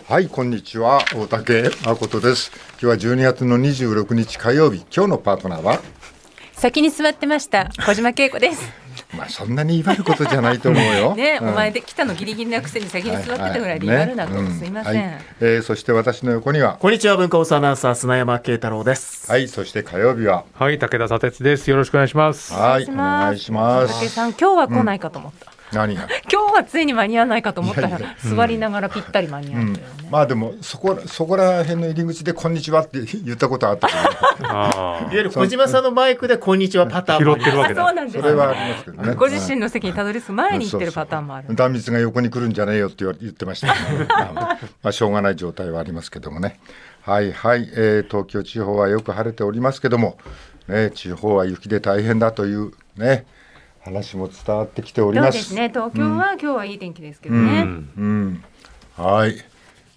はい、こんにちは。大竹誠です。今日は12月の26日火曜日。今日のパートナーは先に座ってました小島恵子です。 まあそんなに威張ることじゃないと思うよ。 ね、お前で来たのギリギリなくせに先に座ってたぐらいで威張るなと、すいません。 そして私の横にはこんにちは、文化放送アナウンサー砂山慶太郎です。 はい、そして火曜日ははい、武田砂鉄です。よろしくお願いします。 はい、お願いします。 武さん、今日は来ないかと思った。 何が今日はついに間に合わないかと思ったら座りながらぴったり間に合ったよね。 まあでもそこら辺の入り口でこんにちはって言ったことあったけど、 いわゆる小島さんのマイクでこんにちはパターンもあります。 拾ってるわけだ。 そうなんです。 それはありますけどね。 ご自身の席にたどり着く前に言ってるパターンもある。 断蜜が横に来るんじゃねえよって言ってましたけど、まあしょうがない状態はありますけどもね。はいはい、東京地方はよく晴れておりますけども、ね、地方は雪で大変だというね話も伝わってきております。 そうですね。東京は今日はいい天気ですけどね。 はい。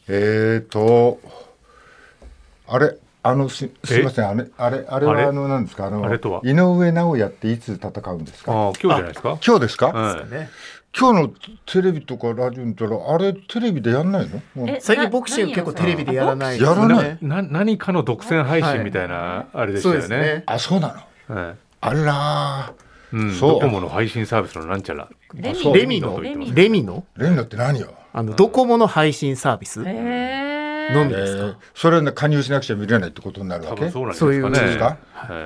あれすいません、あれは何ですか、 あれとは井上尚弥っていつ戦うんですか。 今日じゃないですか。 今日ですか。 はい今日のテレビとかラジオ見たらあれテレビでやんないの？ 最近ボクシング結構テレビでやらないですやらない。 何かの独占配信みたいなあれでしたよね。 あ、そうなの。 はいあらー、 ドコモの配信サービスのなんちゃらレミノって何よ。 ドコモの配信サービスのみですか。 それは、ね、加入しなくちゃ見れないってことになるわけ。 多分そうなんですかね。 そうですか。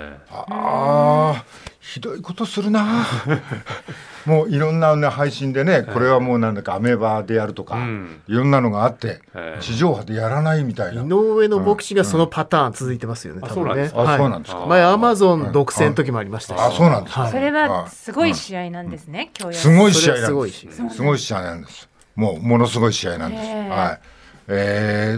ひどいことするなもういろんな、ね、配信でね、これはもうなんだかアメーバでやるとか、いろんなのがあって、地上波でやらないみたいな。 井上のボクシングがそのパターン続いてますよね。多分ね。 そうなんですか。 前アマゾン独占の時もありましたし。 あ、そうなんですか。 それはすごい試合なんですね。今日すごい試合なんです。 すごい試合なんです。ものすごい試合なんです。はい。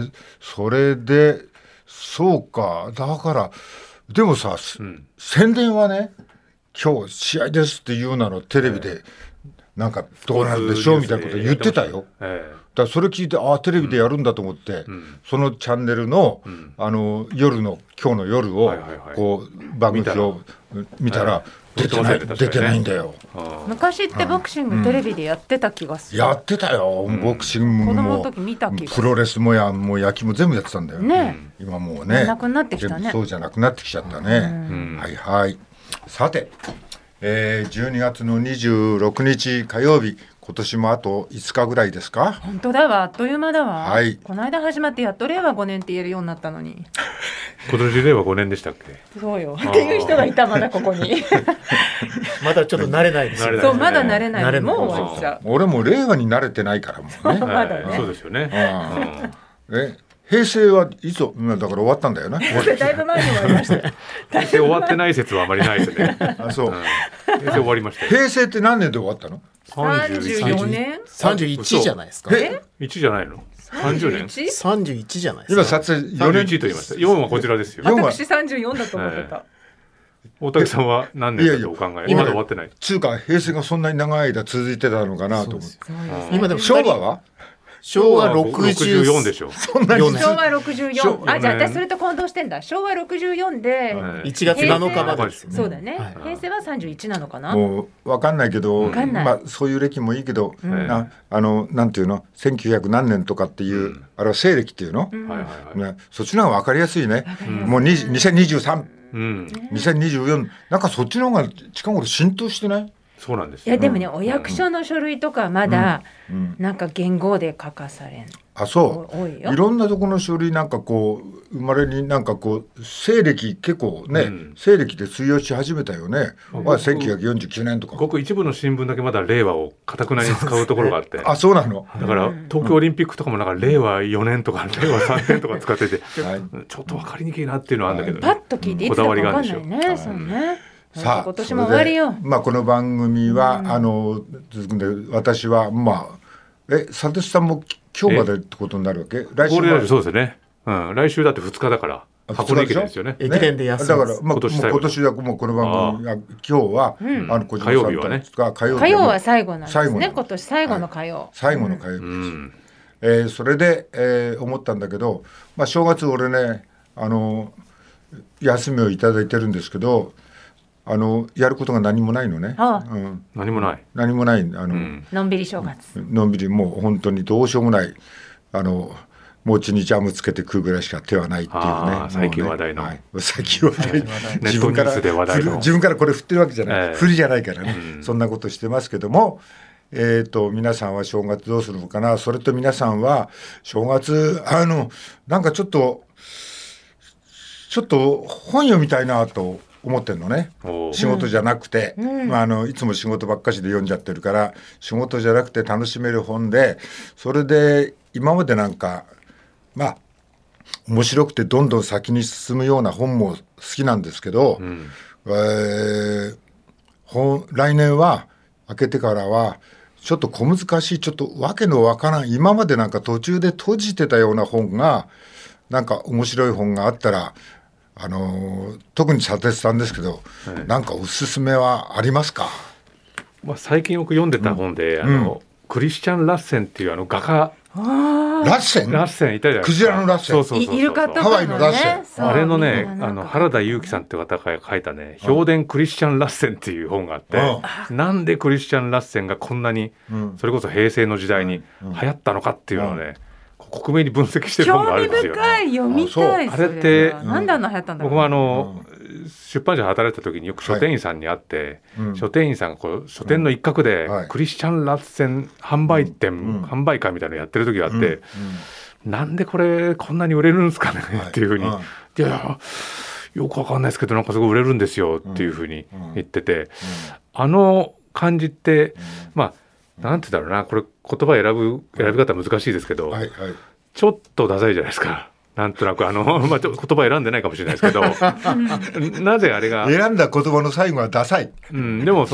それでそうか、だからでもさ、宣伝はね、今日試合ですって言うならテレビでなんかどうなるでしょうみたいなこと言ってたよ。だからそれ聞いてテレビでやるんだと思って、そのチャンネルの、今日の夜をこう番組を見たら出てないんだよ。 昔ってボクシングテレビでやってた気がする。 やってたよ、ボクシングも子供の時見た気がする。 プロレスももう野球も全部やってたんだよね。今もうねなくなってきたね。 そうじゃなくなってきちゃったね。はいはい。さて、12月の26日火曜日、今年もあと5日ぐらいですか。 本当だわ、あっという間だわ。 はい。 この間始まってやっと令和5年って言えるようになったのに。 今年令和5年でしたっけ。 そうよっていう人がいた、まだここにまだちょっと慣れないですよ。 そう、まだ慣れない。もう終わっちゃう。 俺も令和に慣れてないからもうね。 まだね。 そうですよね。 平成はいつだから終わったんだよね。 だいぶ前に終わりました。 平成終わってない説はあまりないですね。 あ、そう。 平成終わりました。 平成って何年で終わったの ？34年 ？31じゃないですか。 1じゃないの？30年 ？31じゃないですか。 今撮影 4年と言いました。4はこちらですよ。 私34だと思ってた。 大竹さんは何年だとお考え？まだ終わってない。 中華平成がそんなに長い間続いてたのかなと思って。 今でも昭和は昭和64 でしょ。 そんなに昭和64。あ、じゃあ私それと混同してんだ。昭和64で 1月7日までですよね。 そうだね。平成は31なのかな。 もう分かんないけど、まあそういう歴もいいけど、なんていうの、1900何年とかっていう、あれは西暦っていうの、そっちの方が分かりやすいね。もう2023、2024、なんかそっちの方が近頃浸透してない？ そうなんです。 いやでもね、お役所の書類とかまだなんか言語で書かされん。 あ、そういろんなとこの書類なんかこう生まれになんかこう西暦結構ね、西暦で通用し始めたよね。1949年とかごく一部の新聞だけまだ令和を堅くなに使うところがあってあ、そうなの。 だから東京オリンピックとかもなんか令和4年とか令和3年とか使っててちょっと分かかりにくいなっていうのはあるんだけど、 パッと聞いていつだか分かんないね。そうね。 さあ、 今年も終わりよ。 まあこの番組は続くんで、私はまあ佐藤さんも今日までってことになるわけ？ 来週はそうですね。来週だって2日だから箱根駅伝ですよね。 駅伝で休み。 だから今年はもうこの番組今日は火曜日はね。 火曜は最後なんですね。今年最後の火曜。 最後の火曜日です。それで思ったんだけど、まあ正月俺ね休みをいただいてるんですけど。やることが何もないのね。 何もないのんびり正月。 のんびりもう本当にどうしようもないも餅にジャムつけて食うぐらいしか手はないっていうね。 最近話題の、 最近話題自分からこれ振ってるわけじゃない、振りじゃないからね、そんなことしてますけども、皆さんは正月どうするのかな。それと皆さんは正月なんかちょっと本読みたいなと思ってんのね。仕事じゃなくて、いつも仕事ばっかしで読んじゃってるから、仕事じゃなくて楽しめる本で、それで今までなんか面白くてどんどん先に進むような本も好きなんですけど、来年は明けてからはちょっと小難しい、ちょっとわけのわからん、今までなんか途中で閉じてたような本が、なんか面白い本があったら、特に佐哲さんですけど、なんかおすすめはありますか？ 最近僕読んでた本で、クリスチャン・ラッセンっていう画家、 ラッセンいたじゃないですか。クジラのラッセン、 そうイルカとかのね、 ハワイのラッセン、 あれのね、原田裕樹さんっていう方が書いたね、評伝クリスチャン・ラッセンっていう本があって、なんでクリスチャン・ラッセンがこんなに、それこそ平成の時代に流行ったのかっていうのをね、克明に分析してる本があるんですよ。 興味深い、読みたい。 あれってなんであんな流行ったんだろう。 僕は出版社で働いた時によく書店員さんに会って、書店員さんが書店の一角でクリスチャン・ラッセン販売会みたいなのやってる時があって、なんでこれこんなに売れるんですかねっていうふうに、いやよくわかんないですけどなんかすごい売れるんですよっていうふうに言ってて、あの感じってなんて言うんだろうな、これ言葉選び方難しいですけど、ちょっとダサいじゃないですか。なんとなく言葉選んでないかもしれないですけどなぜあれが選んだ言葉の最後はダサい、 でも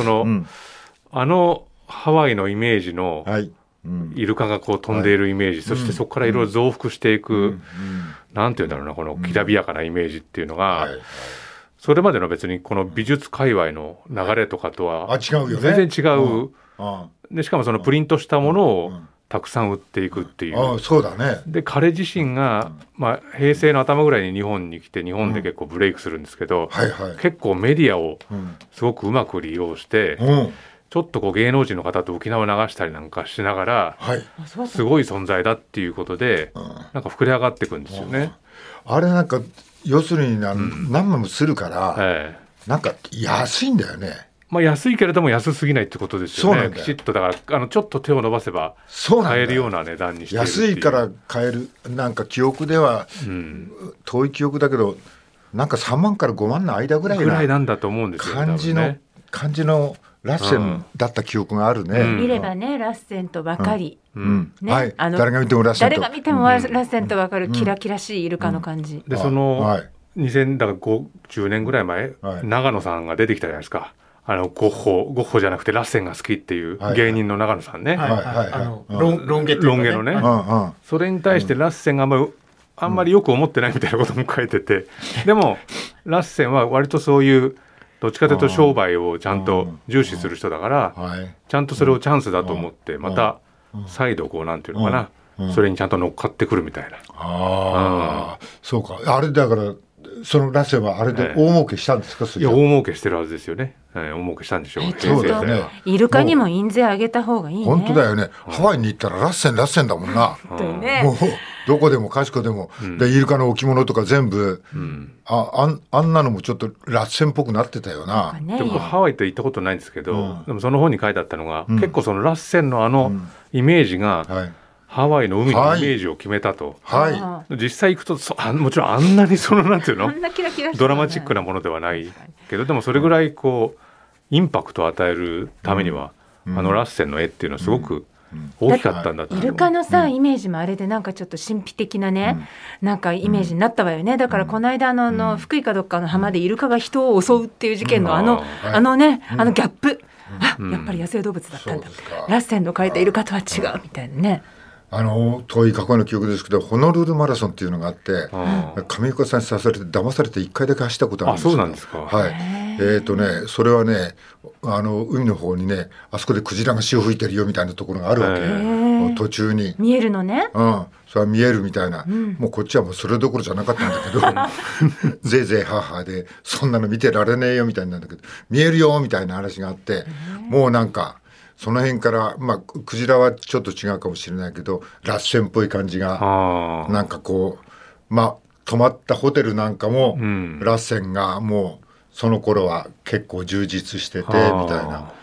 ハワイのイメージの、イルカがこう飛んでいるイメージ、そしてそこからいろいろ増幅していく、なんて言うんだろうな、このきらびやかなイメージっていうのが、それまでの別にこの美術界隈の流れとかとは全然違う、でしかもそのプリントしたものをたくさん売っていくっていう。 そうだね。 で彼自身が、平成の頭ぐらいに日本に来て日本で結構ブレイクするんですけど、結構メディアをすごくうまく利用して、ちょっとこう芸能人の方と浮き名を流したりなんかしながら、すごい存在だっていうことで、なんか膨れ上がっていくんですよね。 あれなんか要するに何万もするから、なんか安いんだよね。 安いけれども安すぎないってことですよね。きちっとだからちょっと手を伸ばせば買えるような値段にしているっていう。 安いから買える。なんか記憶では、遠い記憶だけどなんか3万から5万の間ぐらいなんだと思うんですよ。 感じのラッセンだった記憶があるね。 見ればね、ラッセンとばかり、 誰が見てもラッセンと、 誰が見てもラッセンとばかるキラキラしいイルカの感じで、その2010年ぐらい前、長野さんが出てきたじゃないですか。ゴッホじゃなくてラッセンが好きっていう芸人の長野さんね、 ロン毛のね、それに対してラッセンがあんまりよく思ってないみたいなことも書いてて、でもラッセンは割とそういうどっちかというと商売をちゃんと重視する人だから、ちゃんとそれをチャンスだと思ってまた再度こうなんていうのかな、それにちゃんと乗っかってくるみたいな。 そうか。あれだからそのラッセンはあれで大儲けしたんですか？ いや、大儲けしてるはずですよね。大儲けしたんでしょう。 そうだよね。 イルカにも印税上げた方がいいね。 本当だよね。ハワイに行ったらラッセンだもんな。もうどこでもかしこでも、でイルカの置物とか全部、あんなのもちょっとラッセンっぽくなってたよな。 でもハワイって行ったことないんですけど、でもその本に書いてあったのが、結構そのラッセンのイメージが、ハワイの海のイメージを決めたと、実際行くともちろんあんなになんていうのドラマチックなものではないけど、でもそれぐらいこうインパクトを与えるためには、ラッセンの絵っていうのはすごく大きかったんだと。 イルカのイメージもあれでなんかちょっと神秘的なね、なんかイメージになったわよね。だからこの間福井かどっかの浜でイルカが人を襲うっていう事件のギャップ、やっぱり野生動物だったんだ、ラッセンの描いたイルカとは違うみたいなね。 遠い過去の記憶ですけど、ホノルルマラソンっていうのがあって、上岡さんに誘われて騙されて1回だけ走ったことあるんですよ。 そうなんですか。 それはね、海の方にね、あそこでクジラが潮吹いてるよみたいなところがあるわけ、途中に見えるのね。 それは見えるみたいな、もうこっちはもうそれどころじゃなかったんだけどぜいぜいはーはーでそんなの見てられねえよみたいなんだけど、見えるよみたいな話があって、もうなんかその辺から、まあ、クジラはちょっと違うかもしれないけどラッセンっぽい感じがなんかこう、まあ、泊まったホテルなんかも、ラッセンがもうその頃は結構充実しててみたいな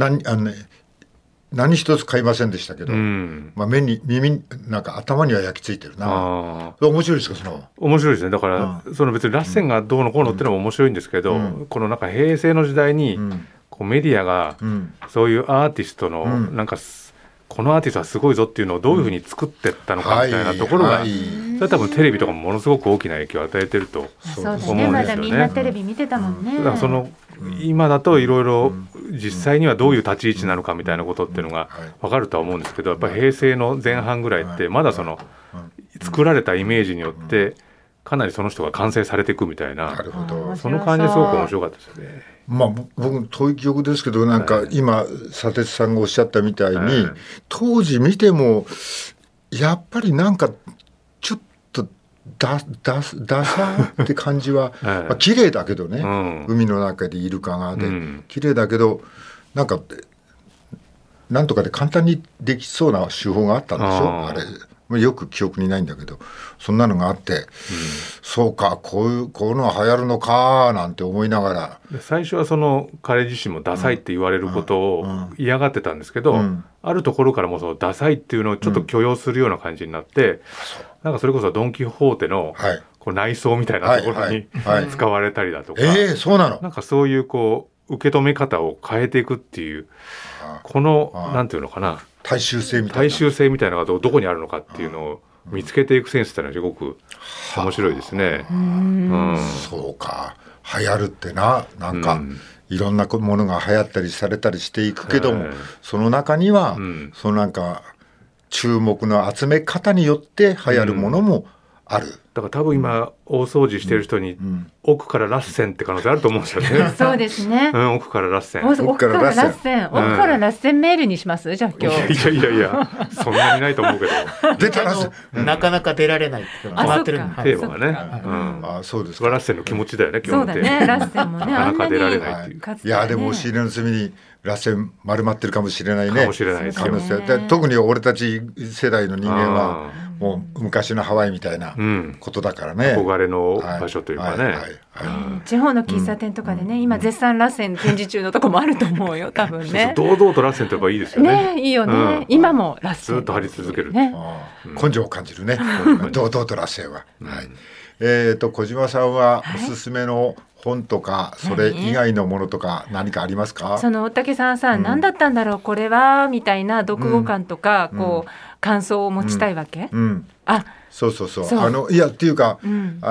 何一つ買いませんでしたけど、まあ、目に耳なんか頭には焼き付いてるな。面白いですか？その面白いですね。だから、その別にラッセンがどうのこうのっていうのも面白いんですけど、このなんか平成の時代に、こうメディアがそういうアーティストのなんかこのアーティストはすごいぞっていうのをどういうふうに作っていったのかみたいなところが、それは多分テレビとかもものすごく大きな影響を与えてると思うんですよね。 そうだね、まだみんなテレビ見てたもんね。 だからその今だといろいろ実際にはどういう立ち位置なのかみたいなことっていうのが分かるとは思うんですけど、やっぱり平成の前半ぐらいってまだその作られたイメージによってかなりその人が完成されていくみたいな、その感じですごく面白かったですよね。 まあ、僕遠い記憶ですけどなんか今佐哲さんがおっしゃったみたいに、当時見てもやっぱりなんかちょっとダサって感じは、まあ、綺麗だけどね、海の中でイルカがで、綺麗だけどなんかなんとかで簡単にできそうな手法があったんでしょあれ。よく記憶にないんだけどそんなのがあって、そうかこういうのは流行るのかなんて思いながら、 最初はその彼自身もダサいって言われることを嫌がってたんですけど、あるところからもうそのダサいっていうのをちょっと許容するような感じになって、なんかそれこそドン・キホーテのこう内装みたいなところに使われたりだとか、 そうなの、 なんかそういうこう受け止め方を変えていくっていうこのなんていうのかな、 大衆性みたいなのがどこにあるのかっていうのを見つけていくセンスっていうのはすごく面白いですね。 そうか、流行るってなんか、いろんなものが流行ったりされたりしていくけども、その中には、そのなんか注目の集め方によって流行るものもある。 だから多分今大掃除してる人に奥からラッセンって可能性あると思うんですよね。 そうですね。 奥からラッセン。 奥からラッセンメールにしますじゃあ今日。 いやそんなにないと思うけど。 出たラッセン。 なかなか出られないって決まってるんで。 テーマがね。 そうですか。 ラッセンの気持ちだよね。 そうだね。ラッセンもね。 なかなか出られないっていう。 いやでも押し入れの隅にラッセン丸まってるかもしれないね。 かもしれないですよ。 特に俺たち世代の人間はもう昔のハワイみたいなことだからね。 憧れの場所というかね。 地方の喫茶店とかでね、今絶賛ラッセン展示中のとこもあると思うよ多分ね。 堂々とラッセンといえばいいですよね。 いいよね。今もラッセンずっと張り続ける。 根性を感じるね。堂々とラッセンは。小島さんはおすすめの本とかそれ以外のものとか何かありますか？ その大竹さん何だったんだろうこれはみたいな読後感とかこう感想を持ちたいわけ？ そういやっていうか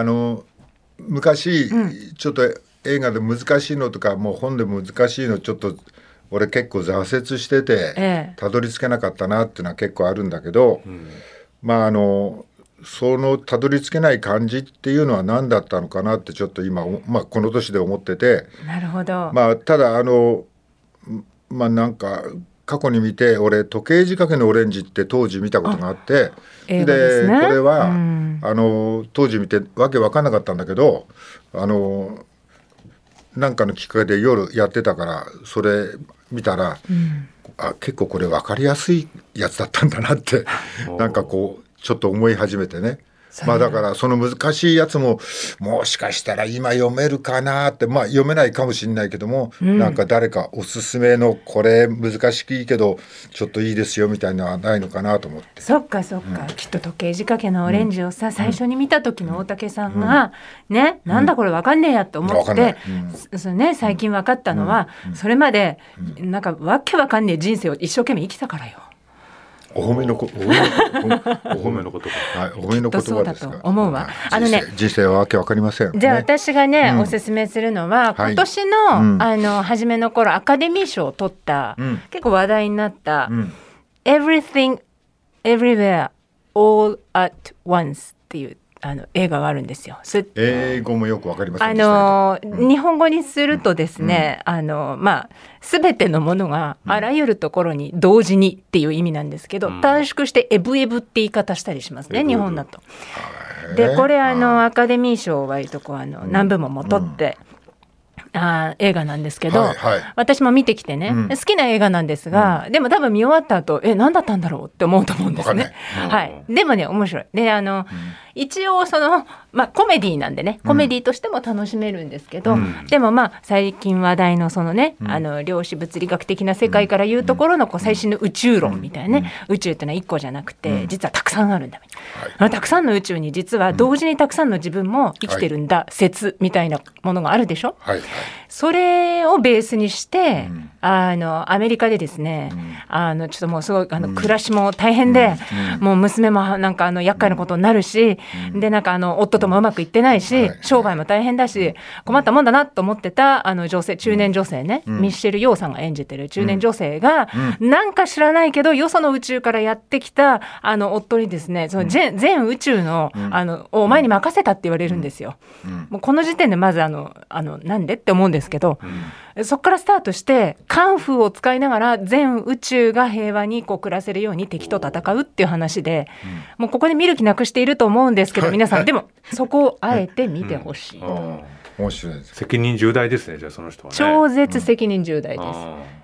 昔ちょっと映画で難しいのとかもう本でも難しいのちょっと俺結構挫折しててたどり着けなかったなっていうのは結構あるんだけど、まあそのたどり着けない感じっていうのは何だったのかなってちょっと今、この年で思ってて。 なるほど。 ただなんか過去に見て俺時計仕掛けのオレンジって当時見たことがあってで、ね、 これは、当時見てわけ分かんなかったんだけどなんかのきっかけで夜やってたからそれ見たら、結構これ分かりやすいやつだったんだなってなんかこうちょっと思い始めてね。だからその難しいやつももしかしたら今読めるかなって、読めないかもしれないけども、なんか誰かおすすめのこれ難しいけどちょっといいですよみたいなのはないのかなと思って。 そっか、きっと時計仕掛けのオレンジを最初に見た時の大竹さんが、なんだこれ分かんねえやと思って、最近分かったのは、それまでなんかわけ分かんねえ人生を一生懸命生きたからよ。 お褒めの言葉ですか。 思うわ。 人生はわけわかりません。 じゃあ私がね、おすすめするのは今年の初めの頃アカデミー賞を取った、結構話題になった、Everything Everywhere All at Once っていう映画があるんですよ。 英語もよくわかりませんでしたけど、 日本語にするとですね、全てのものがあらゆるところに同時にっていう意味なんですけど、短縮してエブエブって言い方したりしますね、日本だと。でこれアカデミー賞を割と何部門も取って、 映画なんですけど、 はいはい、 私も見てきてね、好きな映画なんですが、でも多分見終わった後何だったんだろうって思うと思うんですね。はい、でもね面白いで一応コメディなんでね、コメディとしても楽しめるんですけど、でも最近話題のね、量子物理学的な世界からいうところの最新の宇宙論みたいなね、宇宙ってのは1個じゃなくて実はたくさんあるんだみたいな、たくさんの宇宙に実は同時にたくさんの自分も生きてるんだ、説みたいなものがあるでしょ、それをベースにして、アメリカでですね、ちょっともうすごい暮らしも大変で、もう娘もなんか厄介なことになるし、でなんか夫ともうまくいってないし、商売も大変だし困ったもんだなと思ってた中年女性ね、ミッシェル・ヨーさんが演じてる中年女性が、なんか知らないけどよその宇宙からやってきた夫にですね、その全宇宙のをお前に任せたって言われるんですよ。もうこの時点でまずなんでって思うんですけど、そこからスタートしてカンフーを使いながら全宇宙が平和に暮らせるように敵と戦うっていう話で、もうここで見る気なくしていると思うんですけど、皆さんでもそこをあえて見てほしい。 面白いです。 責任重大ですね。じゃあその人はね。 超絶責任重大です。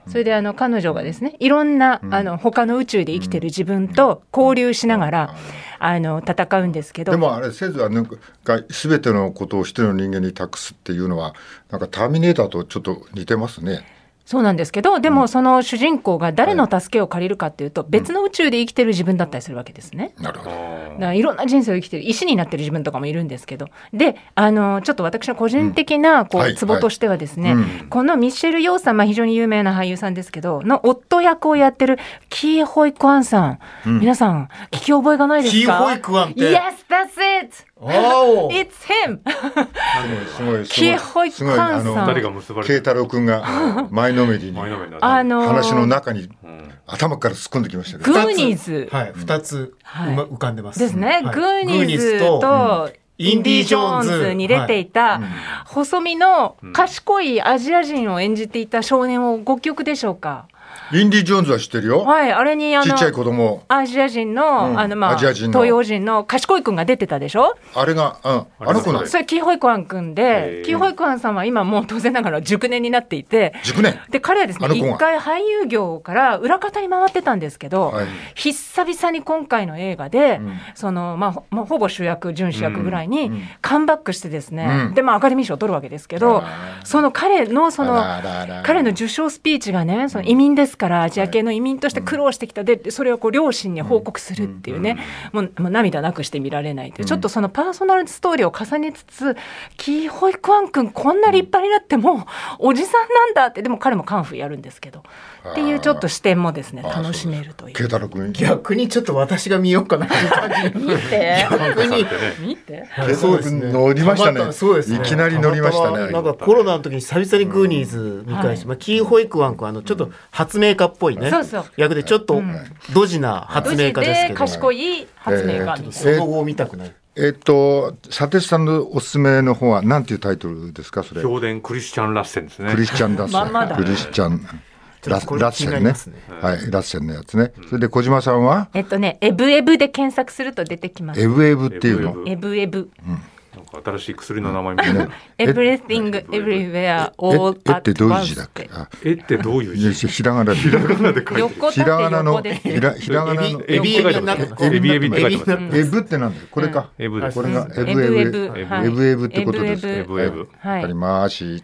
それで彼女がですね、いろんな他の宇宙で生きてる自分と交流しながら戦うんですけど、 でもあれせずはなんか全てのことを一人の人間に託すっていうのはなんかターミネーターとちょっと似てますね。 そうなんですけど、でもその主人公が誰の助けを借りるかっていうと、別の宇宙で生きてる自分だったりするわけですね。 なるほど。 だからいろんな人生を生きてる石になってる自分とかもいるんですけど、でちょっと私の個人的なツボとしてはですね、このミッシェル・ヨーさん、非常に有名な俳優さんですけどの夫役をやってるキー・ホイ・クワンさん、皆さん聞き覚えがないですか？ キー・ホイ・クワンって Yes, that's it! It's him! キー・ホイ・クワンさん、 慶太郎くんが前のめりに話の中に頭から突っ込んできましたけど、 グーニーズ、 2つ浮かんでますですね。グーニーズとインディ・ジョーンズに出ていた細身の賢いアジア人を演じていた少年をご記憶でしょうか？ インディ・ジョーンズは知ってるよ。 はい、あれにちっちゃい子供、 アジア人の、 アジア人の東洋人の賢い君が出てたでしょ。 あれが、あの子のそれキー・ホイ・クワン君で、キー・ホイ・クワンさんは今もう当然ながら熟年になっていて、 熟年で彼はですね、一回俳優業から裏方に回ってたんですけど、久々に今回の映画で、ほぼ主役準主役ぐらいにカムバックしてですね、でアカデミー賞を取るわけですけど、その彼の受賞スピーチがね、その移民ですからアジア系の移民として苦労してきたで、それを両親に報告するっていうね、もう涙なくして見られないという、ちょっとそのパーソナルストーリーを重ねつつ、キー・ホイ・クワン君こんな立派になってもおじさんなんだって、でも彼もカンフーやるんですけどっていうちょっと視点もですね楽しめるという。 慶太郎君逆にちょっと私が見ようかなって感じ。 見て逆に見て。 そうですね。乗りましたね。 そうですね。 いきなり乗りましたね。 なんかコロナの時に久々にグーニーズ見返して、キー・ホイ・クワン君ちょっと発明家っぽいね。役でちょっとドジな発明家ですけど、 賢い発明家、 その後を見たくない。 佐哲さんのおすすめの方は何ていうタイトルですか？それ評伝クリスチャン・ラッセンですね。 クリスチャン・ラッセン、クリスチャンラッセンね、はい、ラッセンのやつね。それで小島さんはエブエブで検索すると出てきます。 エブエブっていうの？ エブエブ、 なんか新しい薬の名前みたいな。 Everything Everywhere All at Once。 ってどういう字だっけ？ ってどういう字？ ひらがなで。 ひらがなで書いてる。 ひらがなのひらがなのエビエビになってます。エビエビって書いてます。 エブってなんだよ。これか。 エブです。 これがエブエブエブエブってことです。 エブエブ。 わかりました。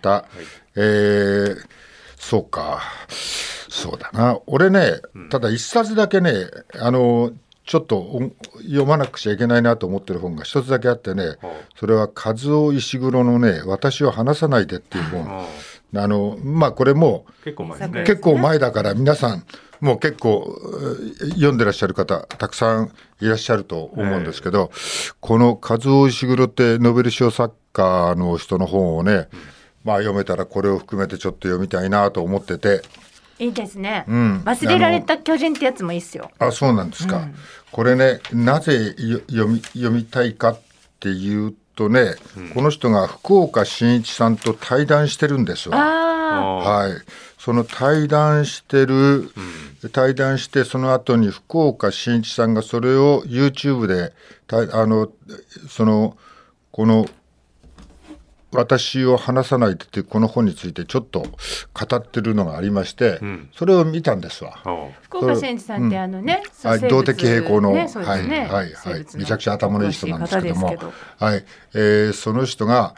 そうか。そうだな。俺ね、ただ一冊だけね、ちょっと読まなくちゃいけないなと思ってる本が一つだけあってね、それは和尾石黒のね、私を話さないでっていう本。これも結構前だから皆さんもう結構読んでらっしゃる方たくさんいらっしゃると思うんですけど、この和尾石黒ってノーベル賞作家の人の本をね、読めたらこれを含めてちょっと読みたいなと思ってて。 いいですね、忘れられた巨人ってやつもいいっすよ。 そうなんですか、これね、なぜ読みたいかっていうとね、この人が福岡伸一さんと対談してるんですわ。はい、その対談してその後に福岡伸一さんがそれを YouTube でこの私を話さないでってこの本についてちょっと語ってるのがありまして、それを見たんですわ。 福岡伸二さんって動的平衡の、 めちゃくちゃ頭のいい人なんですけども、その人が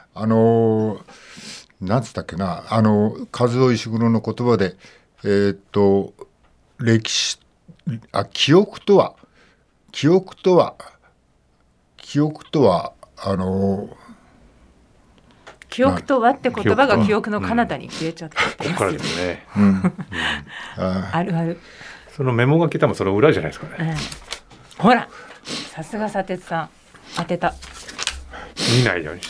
なんつったっけな、和尾石黒の言葉で記憶とはって言葉が記憶の彼方に消えちゃったってここからですね。 あるある。 そのメモが来たもその裏じゃないですかね。 ほら、さすが砂鉄さん、当てた。 見ないようにした。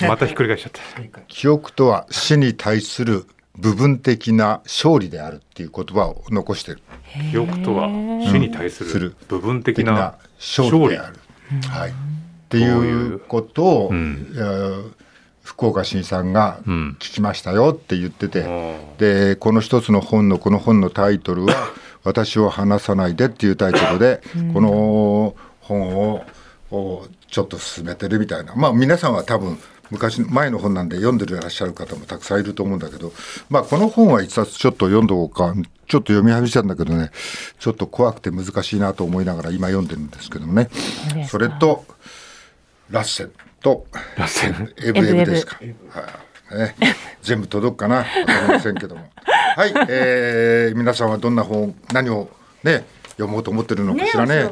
またひっくり返しちゃった。 記憶とは死に対する部分的な勝利であるっていう言葉を残している。 記憶とは死に対する部分的な勝利である。 っていうことを、福岡伸さんが聞きましたよって言ってて、でこの一つの本のタイトルは私を話さないでっていうタイトルで、この本をちょっと進めてるみたいな。皆さんは多分前の本なんで読んでらっしゃる方もたくさんいると思うんだけど、この本は一冊ちょっと読んどこうか、ちょっと読み始めたんだけどね、ちょっと怖くて難しいなと思いながら今読んでるんですけどもね。それとラッセンとエブですか。全部届くかな、わかりませんけども。皆さんはどんな本、何をね読もうと思ってるのかしらね。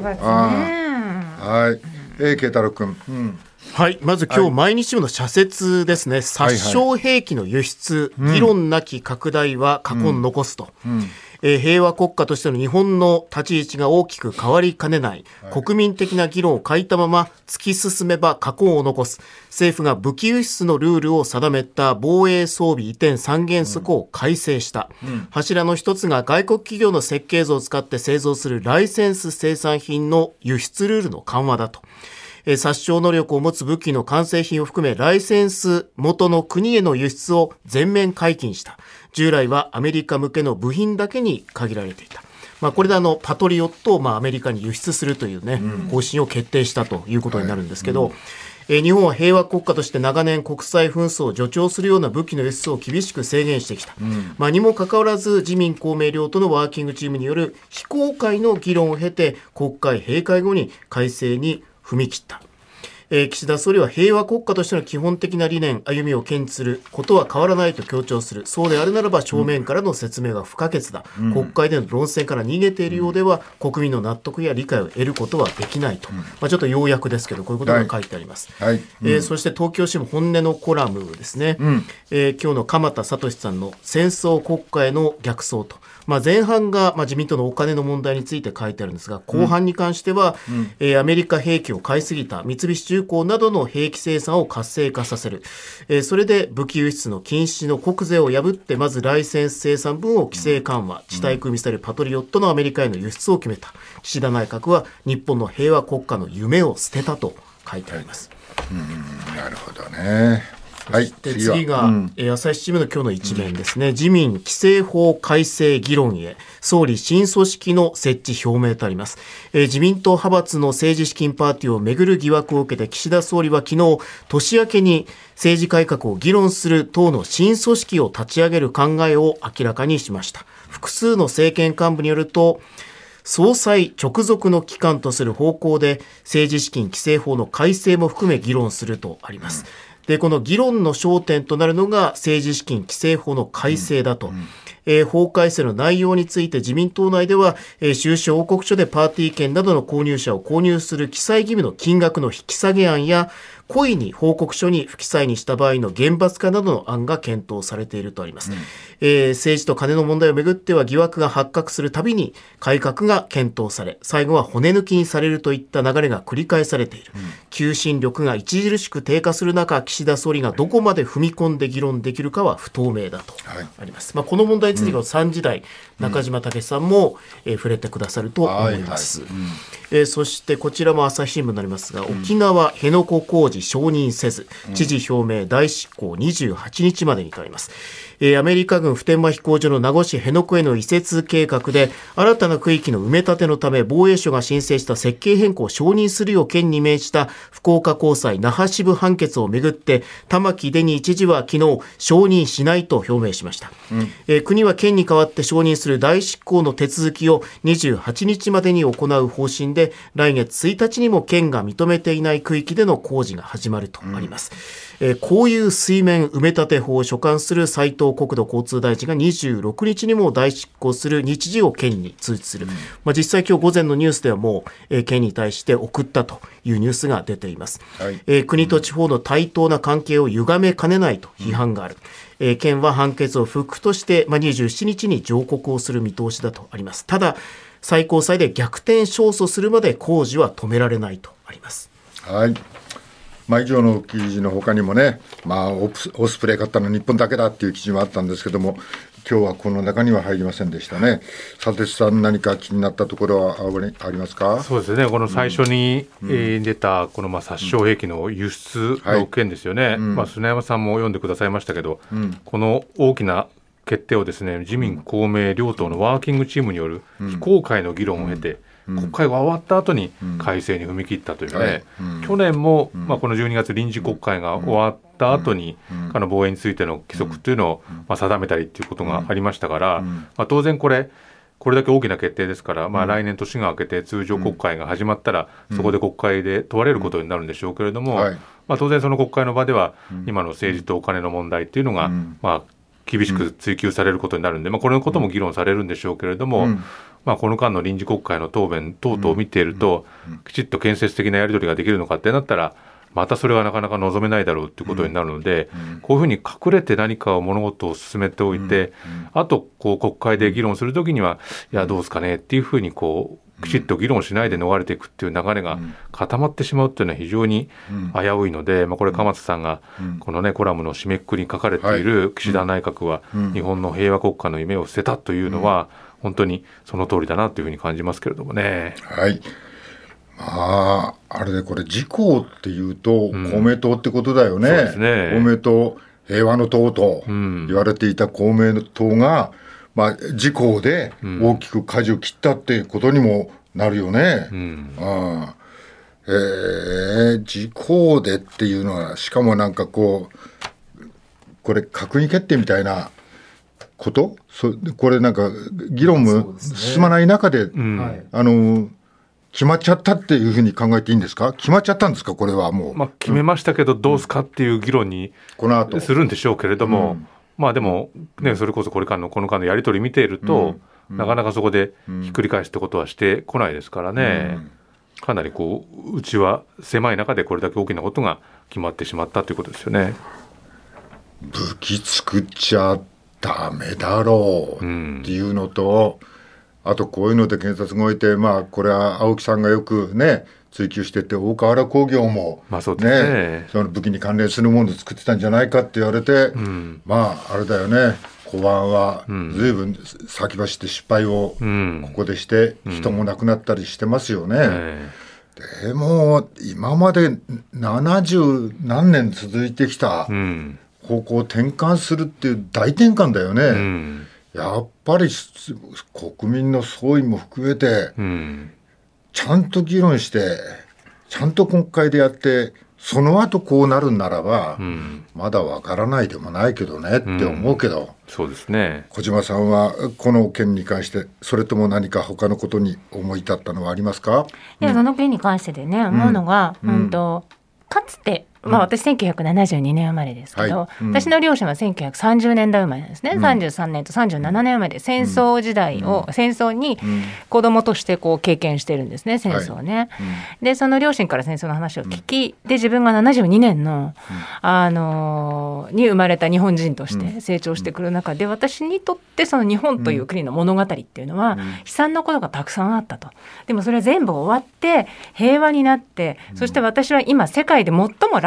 慶太郎君。 まず今日毎日の社説ですね。殺傷兵器の輸出、議論なき拡大は過去に残すと。平和国家としての日本の立ち位置が大きく変わりかねない、国民的な議論を欠いたまま突き進めば過去を残す。政府が武器輸出のルールを定めた防衛装備移転三原則を改正した。柱の一つが外国企業の設計図を使って製造するライセンス生産品の輸出ルールの緩和だと。殺傷能力を持つ武器の完成品を含めライセンス元の国への輸出を全面解禁した。従来はアメリカ向けの部品だけに限られていた。これでパトリオットをアメリカに輸出するという方針を決定したということになるんですけど、日本は平和国家として長年国際紛争を助長するような武器の輸出を厳しく制限してきた。にもかかわらず自民公明両党のワーキングチームによる非公開の議論を経て国会閉会後に改正に踏み切った。岸田総理は平和国家としての基本的な理念歩みを堅持することは変わらないと強調する。そうであるならば正面からの説明が不可欠だ。国会での論戦から逃げているようでは国民の納得や理解を得ることはできないと。ちょっと要約ですけどこういうことが書いてあります。そして東京新聞本音のコラムですね。今日の鎌田聡さんの戦争国家への逆走と。前半が自民党のお金の問題について書いてあるんですが、後半に関しては、アメリカ兵器を買いすぎた三菱重工などの兵器生産を活性化させる。それで武器輸出の禁止の国是を破ってまずライセンス生産分を規制緩和、地対空ミサイルパトリオットのアメリカへの輸出を決めた。岸田内閣は日本の平和国家の夢を捨てたと書いてあります。 なるほどね。 で次が、朝日新聞の今日の一面ですね。自民規制法改正議論へ総理新組織の設置表明とあります。自民党派閥の政治資金パーティーをめぐる疑惑を受けて岸田総理は昨日年明けに政治改革を議論する党の新組織を立ち上げる考えを明らかにしました。複数の政権幹部によると総裁直属の機関とする方向で政治資金規正法の改正も含め議論するとあります。でこの議論の焦点となるのが政治資金規正法の改正だと。法改正の内容について自民党内では、収支報告書でパーティー券などの購入者を購入する記載義務の金額の引き下げ案や故意に報告書に不記載にした場合の厳罰化などの案が検討されているとあります。政治と金の問題をめぐっては疑惑が発覚するたびに改革が検討され最後は骨抜きにされるといった流れが繰り返されている。求心力が著しく低下する中岸田総理がどこまで踏み込んで議論できるかは不透明だとあります。この問題については3時台、中島武さんも、触れてくださると思います。そしてこちらも朝日新聞になりますが、沖縄辺野古工事承認せず、知事表明代執行28日までにとあります。アメリカ軍普天間飛行場の名護市辺野古への移設計画で新たな区域の埋め立てのため防衛省が申請した設計変更を承認するよう県に命じた福岡高裁那覇支部判決をめぐって玉城デニー知事は昨日承認しないと表明しました。国は県に代わって承認する代執行の手続きを28日までに行う方針で、来月1日にも県が認めていない区域での工事が始まるとあります。こういう水面埋め立て法を所管する斉藤国土交通大臣が26日にも代執行する日時を県に通知する、実際今日午前のニュースではもう、県に対して送ったというニュースが出ています。国と地方の対等な関係を歪めかねないと批判がある。県は判決を不服として、27日に上告をする見通しだとあります。ただ最高裁で逆転勝訴するまで工事は止められないとあります。 はい、以上の記事の他にもね、オスプレイ買ったの日本だけだっていう記事もあったんですけども、今日はこの中には入りませんでしたね。佐哲さん、何か気になったところはありますか？ そうですね、この最初に、出たこの殺傷兵器の輸出の件ですよね。砂山さんも読んでくださいましたけど、この大きな決定をですね、自民公明両党のワーキングチームによる非公開の議論を経て、国会が終わった後に改正に踏み切ったというね、去年も、この12月臨時国会が終わった後に、防衛についての規則というのを、定めたりということがありましたから、当然これだけ大きな決定ですから、来年年が明けて通常国会が始まったら、そこで国会で問われることになるんでしょうけれども、当然その国会の場では、今の政治とお金の問題っていうのが、厳しく追及されることになるんで、これのことも議論されるんでしょうけれども、この間の臨時国会の答弁等々を見ていると、きちっと建設的なやり取りができるのかってなったら、またそれはなかなか望めないだろうということになるので、こういうふうに隠れて何か物事を進めておいて、あと国会で議論するときには、いやどうですかねっていうふうにきちっと議論しないで逃れていくっていう流れが固まってしまうっていうのは非常に危ういので、これ鎌田さんがこのコラムの締めくくりに書かれている岸田内閣は日本の平和国家の夢を捨てたというのは本当にその通りだなというふうに感じますけれどもね。 はい、あれでこれ自公っていうと公明党ってことだよね。そうですね、公明党平和の党と言われていた公明党が、自公で大きく舵を切ったっていうことにもなるよね。自公でっていうのは、しかもこれ閣議決定みたいなことこれ議論も進まない中で、決まっちゃったっていうふうに考えていいんですか？決まっちゃったんですか？これはもう、 決めましたけどどうすかっていう議論にするんでしょうけれども、でもね、それこそこの間のやり取り見ていると、なかなかそこでひっくり返すってことはしてこないですからね。かなりうちは狭い中でこれだけ大きなことが決まってしまったということですよね。 武器作っちゃダメだろうっていうのと、あとこういうので検察が動いて、これは青木さんがよくね追及してて、大川原工業も、 そうですね、 その武器に関連するものを作ってたんじゃないかって言われて、あれだよね、公安は随分先走って失敗をここでして、人も亡くなったりしてますよね。でも今まで70何年続いてきた方向を転換するっていう大転換だよね。やっぱり国民の総意も含めて、ちゃんと議論してちゃんと国会でやって、その後こうなるんならば、まだわからないでもないけどねって思うけど、 そうですね。 小島さんはこの件に関して、それとも何か他のことに思い至ったのはありますか？ いや、その件に関してでね、思うのが、かつて私1972年生まれですけど、私の両親は1930年代生まれなんですね。33年と37年生まれで、戦争時代を、戦争に子供として経験してるんですね、戦争をね。でその両親から戦争の話を聞き、で自分が72年の、に生まれた日本人として成長してくる中で、私にとってその日本という国の物語っていうのは、悲惨なことがたくさんあったと。でもそれは全部終わって平和になって、そして私は今世界で最もラ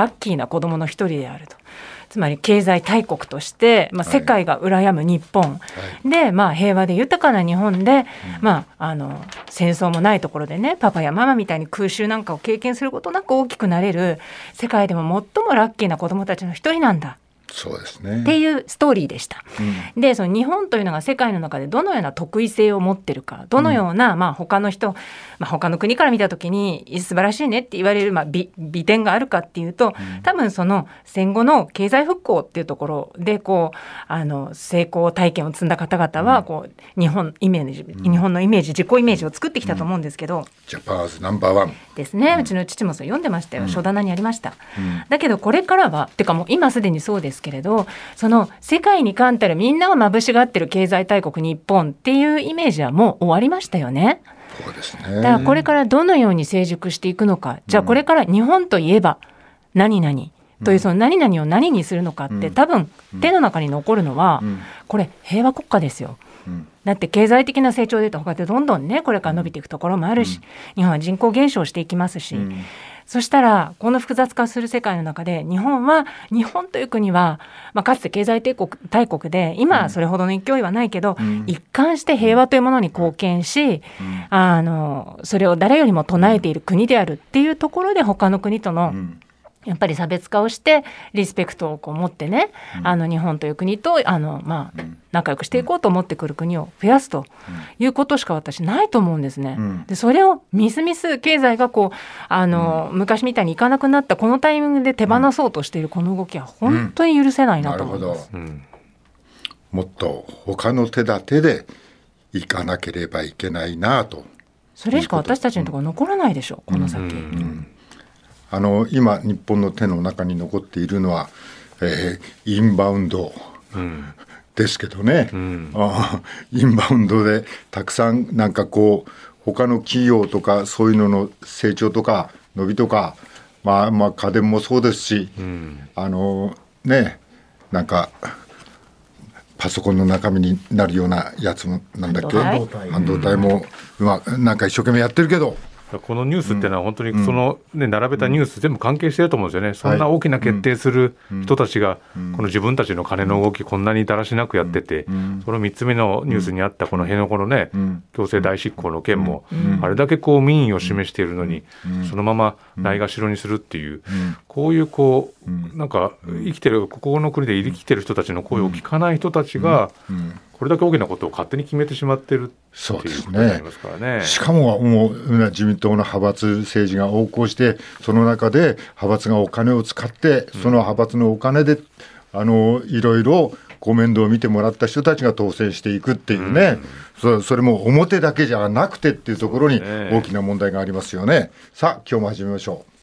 ラッキーな子どもの一人であると。つまり経済大国として、世界が羨む日本、で、平和で豊かな日本で、戦争もないところでね、パパやママみたいに空襲なんかを経験することなく大きくなれる世界でも最もラッキーな子どもたちの一人なんだ。 そうですね、 っていうストーリーでした、でその日本というのが世界の中でどのような特異性を持ってるか、どのような、他の人、他の国から見た時に素晴らしいねって言われる、美点があるかっていうと、多分その戦後の経済復興っていうところで成功体験を積んだ方々は日本のイメージ、自己イメージを作ってきたと思うんですけど、 ジャパーズナンバーワンですね。うちの父もそれ読んでましたよ、書棚にありました、だけどこれからはてかもう今すでにそうですけれど、その世界に冠たるみんながまぶしがってる経済大国日本っていうイメージはもう終わりましたよね。 そうですね。 だからこれからどのように成熟していくのか、じゃあこれから日本といえば何々というその何々を何にするのかって、多分手の中に残るのは、これ平和国家ですよ。だって経済的な成長で他でどんどんねこれから伸びていくところもあるし、日本は人口減少していきますし、そしたらこの複雑化する世界の中で日本という国は、かつて経済大国で今はそれほどの勢いはないけど、一貫して平和というものに貢献し、それを誰よりも唱えている国であるっていうところで他の国とのやっぱり差別化をしてリスペクトを持ってね、日本という国と仲良くしていこうと思ってくる国を増やすということしか私ないと思うんですね。でそれをみすみす経済が昔みたいにいかなくなったこのタイミングで手放そうとしているこの動きは本当に許せないなと思います。 もっと他の手立てでいかなければいけないなと。 それしか私たちのところ残らないでしょう、この先。 今日本の手の中に残っているのは、インバウンドですけどね、インバウンドでたくさん他の企業とかそういうのの成長とか伸びとか、家電もそうですし、パソコンの中身になるようなやつも半導体も一生懸命やってるけど、 このニュースっていうのは本当にその、並べたニュース全部関係してると思うんですよね。そんな大きな決定する人たちがこの自分たちの金の動きこんなにだらしなくやってて、その3つ目のニュースにあったこの辺野古のね強制代執行の件もあれだけ民意を示しているのにそのままないがしろにするっていう、こういう生きてるここの国で生きてる人たちの声を聞かない人たちがこれだけ大きなことを勝手に決めてしまってるっていうことになりますからね。 しかも自民党の派閥政治が横行して、その中で派閥がお金を使って、その派閥のお金でいろいろ面倒を見てもらった人たちが当選していくっていうね、それも表だけじゃなくてっていうところに大きな問題がありますよね。さあ今日も始めましょう。